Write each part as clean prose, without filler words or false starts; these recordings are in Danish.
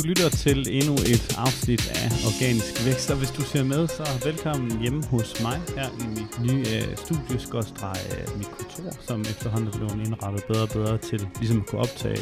lytter til endnu et afsnit af Organisk Vækst, og hvis du ser med, så velkommen hjemme hos mig her i mit nye mit kontor, som efterhånden er blevet indrettet bedre og bedre til ligesom at kunne optage.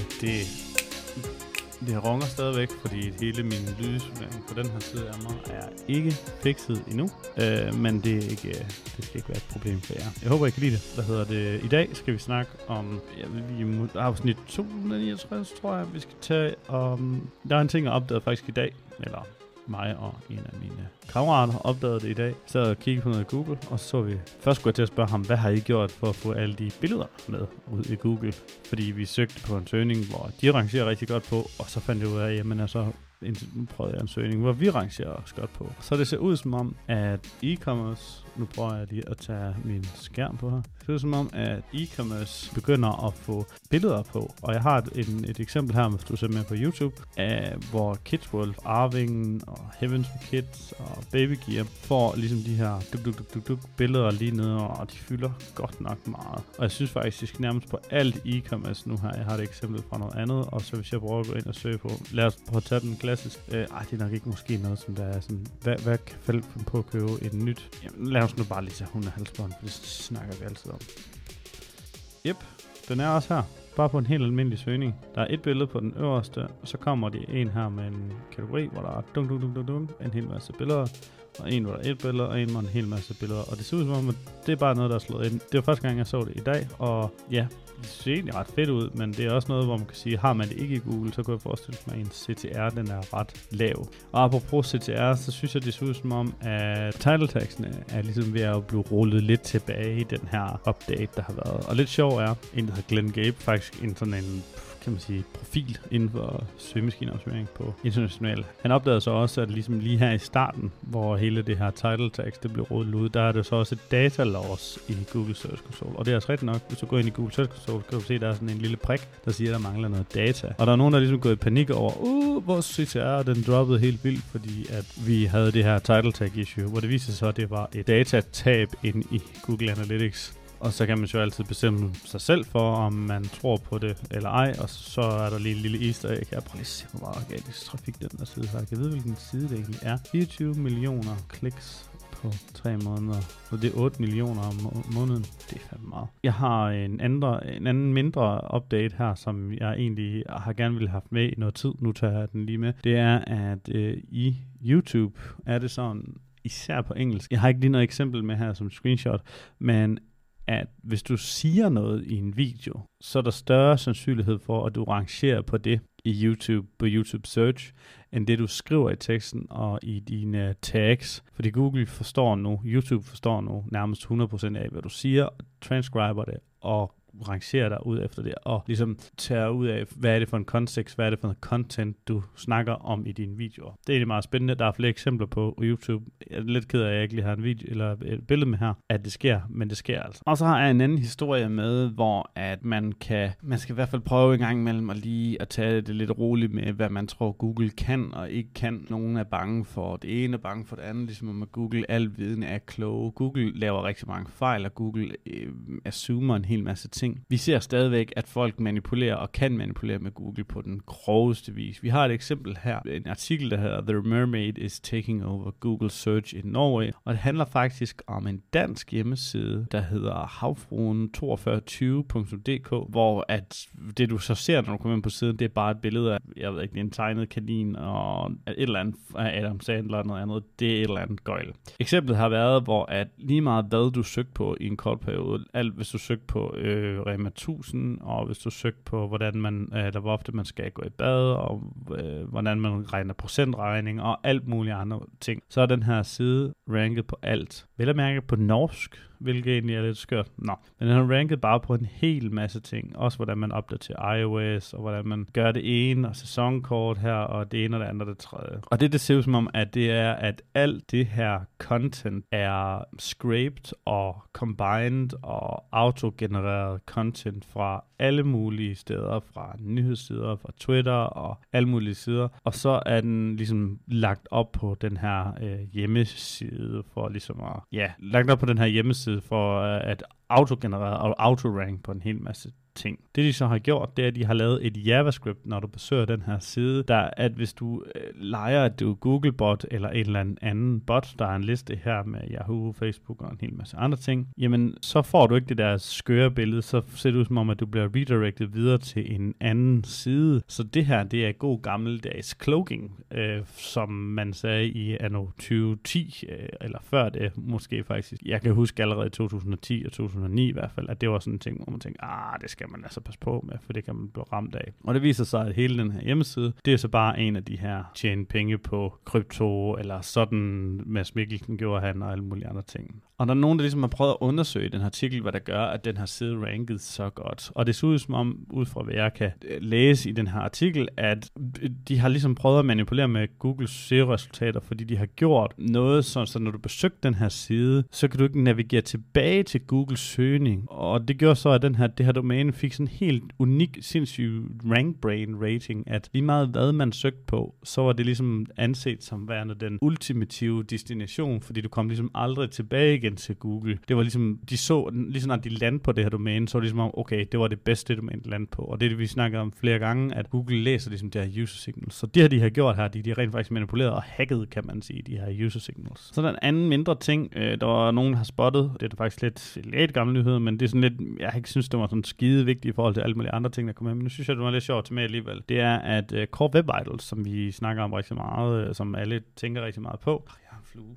Det runger stadigvæk, fordi hele min lydisolering på den her side af mig er ikke fikset endnu, men det skal ikke være et problem for jer. Jeg håber, I kan lide det. I dag skal vi snakke om afsnit 269, tror jeg, vi skal tage om... Der er en ting, jeg opdagede faktisk i dag, eller mig og en af mine kammerater opdagede det i dag. Så kiggede på noget i Google, og så vi... Først skulle jeg til at spørge ham, hvad har I gjort for at få alle de billeder med ud i Google? Fordi vi søgte på en søgning, hvor de rangerer rigtig godt på, og så fandt jeg ud af, jamen altså... Nu prøvede jeg en søgning, hvor vi rangerer os godt på. Så det ser ud som om, at e-commerce... Nu prøver jeg lige at tage min skærm på her. Det ser ud som om, at e-commerce begynder at få billeder på. Og jeg har et eksempel her, hvis du ser med på YouTube, hvor Kids World, Arvingen og Heavens for Kids og Baby Gear får ligesom de her billeder lige nede, og de fylder godt nok meget. Og jeg synes faktisk nærmest på alt e-commerce nu her. Jeg har et eksempel fra noget andet, og så hvis jeg prøver at gå ind og søge på, lad os prøve at tage den klassisk. Det er nok ikke måske noget, som der er sådan, hvad kan folk finde på at købe et nyt? Jamen, lad os nu bare lige tage hundehalsbånd, for det snakker vi altid om. Yep, den er også her. Bare på en helt almindelig søgning. Der er et billede på den øverste, og så kommer de en her med en kategori, hvor der er en hel masse billeder. Og en, hvor der er et billede, og en, hvor en hel masse billeder. Og det ser ud som om, at det er bare noget, der er slået ind. Det var første gang, jeg så det i dag, og ja, det ser egentlig ret fedt ud, men det er også noget, hvor man kan sige, har man det ikke i Google, så kan jeg forestille mig, at en CTR, den er ret lav. Og apropos CTR, så synes jeg, det ser ud som om, at title tagsene er ligesom ved at blive rullet lidt tilbage i den her update, der har været. Og lidt sjov er, en der hedder Glenn Gabe, faktisk en sådan en, kan man sige, profil inden for søgemaskineoptimering på international. Han opdagede så også, at ligesom lige her i starten, hvor hele det her title tags, det blev rullet ud, der er det så også et data loss i Google Search Console. Og det er altså rigtigt nok, hvis du går ind i Google Search Console, kan du se, der er sådan en lille prik, der siger, at der mangler noget data. Og der er nogen, der ligesom gået i panik over, vores CTR, den droppede helt vildt, fordi at vi havde det her title tag issue, hvor det viser sig, at det var et datatab ind i Google Analytics. Og så kan man jo altid bestemme sig selv for, om man tror på det eller ej. Og så er der lige en lille easter egg. Jeg prøver lige at se, hvor meget organisk trafik den der side har. Jeg ved, hvilken side det egentlig er. 24 millioner kliks på 3 måneder. Og det er 8 millioner om måneden. Det er fandme meget. Jeg har en anden mindre update her, som jeg egentlig har gerne ville have haft med i noget tid. Nu tager jeg den lige med. Det er, at i YouTube er det sådan, især på engelsk. Jeg har ikke lige noget eksempel med her som screenshot, men at hvis du siger noget i en video, så er der større sandsynlighed for, at du rangerer på det i YouTube, på YouTube Search, end det du skriver i teksten og i dine tags. Fordi Google forstår nu, YouTube forstår nu nærmest 100% af, hvad du siger, transcriber det og rangerer dig ud efter det, og ligesom tager ud af, hvad er det for en kontekst, hvad er det for noget content, du snakker om i dine videoer. Det er egentlig meget spændende. Der er flere eksempler på YouTube. Jeg er lidt ked af, at jeg ikke lige har en video eller et billede med her, at det sker, men det sker altså. Og så har jeg en anden historie med, hvor at man skal i hvert fald prøve en gang imellem at lige at tage det lidt roligt med, hvad man tror Google kan og ikke kan. Nogen er bange for det ene, og bange for det andet, ligesom at Google alvidende er kloge. Google laver rigtig mange fejl, og Google assumer en hel masse ting. Vi ser stadigvæk, at folk manipulerer og kan manipulere med Google på den groveste vis. Vi har et eksempel her, en artikel, der hedder The Mermaid is taking over Google Search in Norway, og det handler faktisk om en dansk hjemmeside, der hedder havfruen4220.dk, hvor at det du så ser, når du kommer ind på siden, det er bare et billede af, jeg ved ikke, det er en tegnet kanin og et eller andet af Adam Sandler eller noget andet. Det er et eller andet gøjl. Eksemplet har været, hvor at lige meget hvad du søgte på i en kort periode, alt hvis du søgte på Rema 1000, og hvis du søger på, hvordan man, der hvor ofte man skal gå i bad, og hvordan man regner procentregning, og alt muligt andre ting, så er den her side ranket på alt. Vel at mærke på norsk, hvilket egentlig er lidt skørt. Men den har ranket bare på en hel masse ting. Også hvordan man opdaterer iOS, og hvordan man gør det ene, og sæsonkort her, og det ene og det andet og det tredje. Og det ser ud som om, at det er, at alt det her content er scraped og combined og autogenereret content fra alle mulige steder, fra nyhedssider, fra Twitter og alle mulige sider. Og så er den ligesom lagt op på den her hjemmeside for ligesom at, lagt op på den her hjemmeside for at autogenereret og autorank på en hel masse ting. Det de så har gjort, det er, at de har lavet et JavaScript, når du besøger den her side, der at hvis du leger, at du er Googlebot eller en eller anden bot, der er en liste her med Yahoo, Facebook og en hel masse andre ting, jamen så får du ikke det der skøre billede, så ser det ud som om, at du bliver redirected videre til en anden side. Så det her, det er god gammeldags cloaking, som man sagde i anno 2010, eller før det måske faktisk. Jeg kan huske allerede i 2010 og 2009 i hvert fald, at det var sådan en ting, hvor man tænkte, det skal man altså passe på med, for det kan man blive ramt af. Og det viser sig, at hele den her hjemmeside, det er så bare en af de her tjene penge på krypto, eller sådan Mads Mikkelsen gjorde han, og alle mulige andre ting. Og der er nogen, der ligesom har prøvet at undersøge i den her artikel, hvad der gør, at den her side rankede så godt. Og det ser ud som om, ud fra hvad jeg kan læse i den her artikel, at de har ligesom prøvet at manipulere med Googles SEO-resultater, fordi de har gjort noget, så når du besøgte den her side, så kan du ikke navigere tilbage til Googles søgning. Og det gjorde så, at det her domæne fik sådan en helt unik, sindssyg RankBrain rating, at lige meget hvad man søgte på, så var det ligesom anset som værende den ultimative destination, fordi du kom ligesom aldrig tilbage igen til Google. Det var ligesom, de så, ligesom når de landede på det her domæne, så var det ligesom, okay, det var det bedste domæne, de landede på. Og det vi snakkede om flere gange, at Google læser ligesom de her user signals. Så det de har gjort her, de rent faktisk manipuleret og hacket, kan man sige, de her user signals. Så der er en anden mindre ting, der var nogen, der har spottet. Det er faktisk lidt gammel nyhed, men det er sådan lidt, jeg ikke synes, det var sådan skide vigtigt i forhold til alle mulige andre ting, der kommer med. Men nu synes jeg, det var lidt sjovt til med alligevel. Det er, at Core Web Vitals, som vi snakker om rigtig meget, som alle tænker rigtig meget på. Jeg har en flue.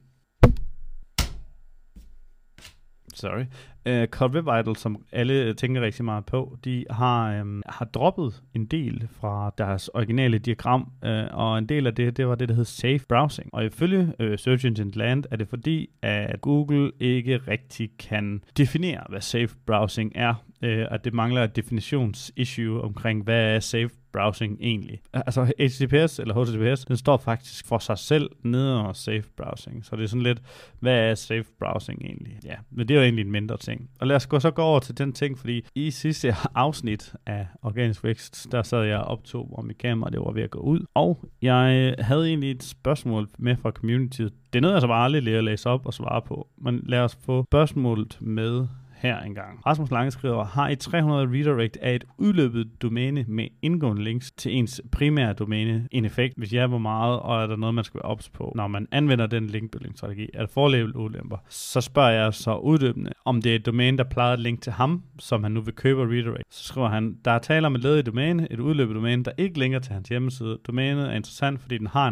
Core Web Vitals, som alle tænker rigtig meget på, de har droppet en del fra deres originale diagram, og en del af det var det, der hed Safe Browsing. Og ifølge Search Engine Land er det fordi, at Google ikke rigtig kan definere, hvad Safe Browsing er, at det mangler et definitionsissue omkring, hvad er Safe Browsing egentlig. Altså HTTPS eller HTTPS, den står faktisk for sig selv nede over Safe Browsing. Så det er sådan lidt, hvad er Safe Browsing egentlig? Ja, men det er jo egentlig en mindre ting. Og lad os så gå over til den ting, fordi i sidste afsnit af Organisk Vækst, der sad jeg og optog, hvor mit kamera det var ved at gå ud. Og jeg havde egentlig et spørgsmål med fra communityet. Det er noget, jeg så bare aldrig at læse op og svare på. Men lad os få spørgsmålet med her engang. Rasmus Lange skriver, har I 300 redirect af et udløbet domæne med indgående links til ens primære domæne en effekt? Hvis ja, hvor meget, og er der noget, man skal være ops på, når man anvender den linkbuilding-strategi? Er der forløbet ulemper? Så spørger jeg så uddybende, om det er et domæne, der plejede et link til ham, som han nu vil købe redirect. Så skriver han, der er tale om et ledigt domæne, et udløbet domæne, der ikke linker til hans hjemmeside. Domænet er interessant, fordi den har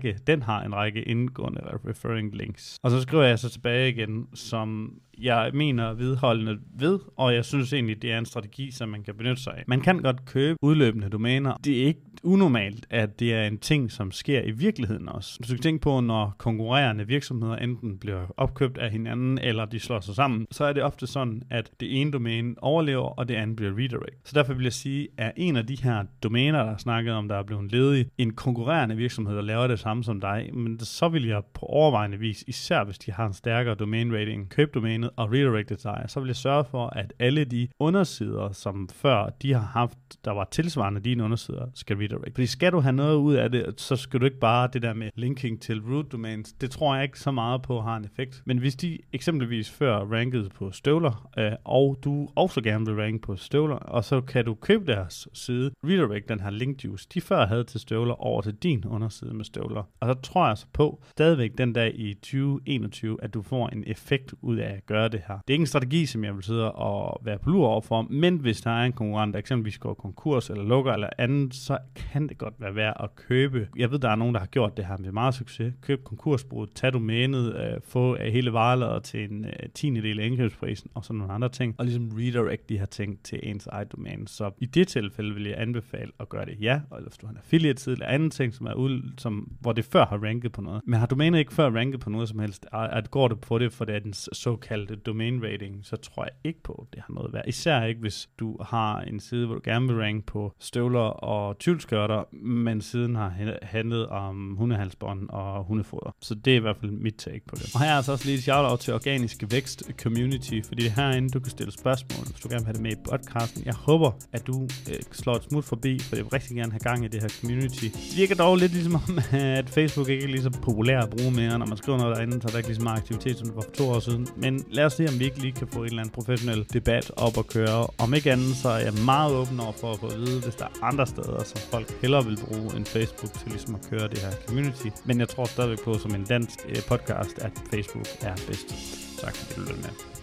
en række indgående referring links. Og så skriver jeg så tilbage igen, som jeg mener vedholdende ved, og jeg synes egentlig, det er en strategi, som man kan benytte sig af. Man kan godt købe udløbende domæner. Det er ikke unormalt, at det er en ting, som sker i virkeligheden også. Du skal tænke på, når konkurrerende virksomheder enten bliver opkøbt af hinanden, eller de slår sig sammen, så er det ofte sådan, at det ene domæne overlever, og det andet bliver redirect. Så derfor vil jeg sige, at en af de her domæner, der er snakket om, der er blevet ledig, en konkurrerende virksomhed, der laver det samme som dig, men så vil jeg på overvejende vis, især hvis de har en stærkere domain rating, købe domænet og redirecte sig, så vil jeg sørge for, at alle de undersider, som før de har haft, der var tilsvarende dine undersider, skal redirect. Fordi skal du have noget ud af det, så skal du ikke bare det der med linking til root domains. Det tror jeg ikke så meget på har en effekt. Men hvis de eksempelvis før rankede på støvler, og du også gerne vil ranke på støvler, og så kan du købe deres side, redirect den her link juice, de før havde til støvler over til din underside med støvler. Og så tror jeg så på, stadigvæk den dag i 2021, at du får en effekt ud af at gøre det her. Det er ikke en strategi, som jeg vil sidde og være på lur overfor, men hvis der er en konkurrent, der eksempelvis går konkurs eller lukker eller andet, så kan det godt være værd at købe. Jeg ved, der er nogen, der har gjort det her med meget succes. Køb konkursbrud, tag domænet, få hele varelaget til en 10. del af indkøbsprisen og sådan nogle andre ting, og ligesom redirect de her ting til ens eget domæne. Så i det tilfælde vil jeg anbefale at gøre det ja, eller hvis du har en affiliate-side eller anden ting, hvor det før har ranket på noget. Men har domænet ikke før ranket på noget som helst, at går det på det, for det er den såkaldte domain rating, så tror jeg ikke på, at det har noget værd. Især ikke, hvis du har en side, hvor du gerne vil ranke på støvler og tyldskørter, men siden har handlet om hundehalsbånd og hundefoder. Så det er i hvert fald mit take på det. Og her er altså også lige et shout-out til Organisk Vækst Community, fordi det er herinde, du kan stille spørgsmål, hvis du gerne vil have det med i podcasten. Jeg håber, at du slår et smut forbi, for jeg vil rigtig gerne have gang i det her community. Det virker dog lidt ligesom om, at Facebook ikke er lige så populær at bruge mere, når man skriver noget derinde, så er der ikke lige så meget aktivitet, som det var for 2 år siden. Men lad os se, om vi ikke lige kan få en eller anden professionel debat op at køre. Om ikke andet, så er jeg meget åben over for at få at vide, hvis der er andre steder, som folk hellere vil bruge end Facebook til ligesom at køre det her community. Men jeg tror stadigvæk på, som en dansk podcast, at Facebook er bedst. Tak fordi du lyttede med.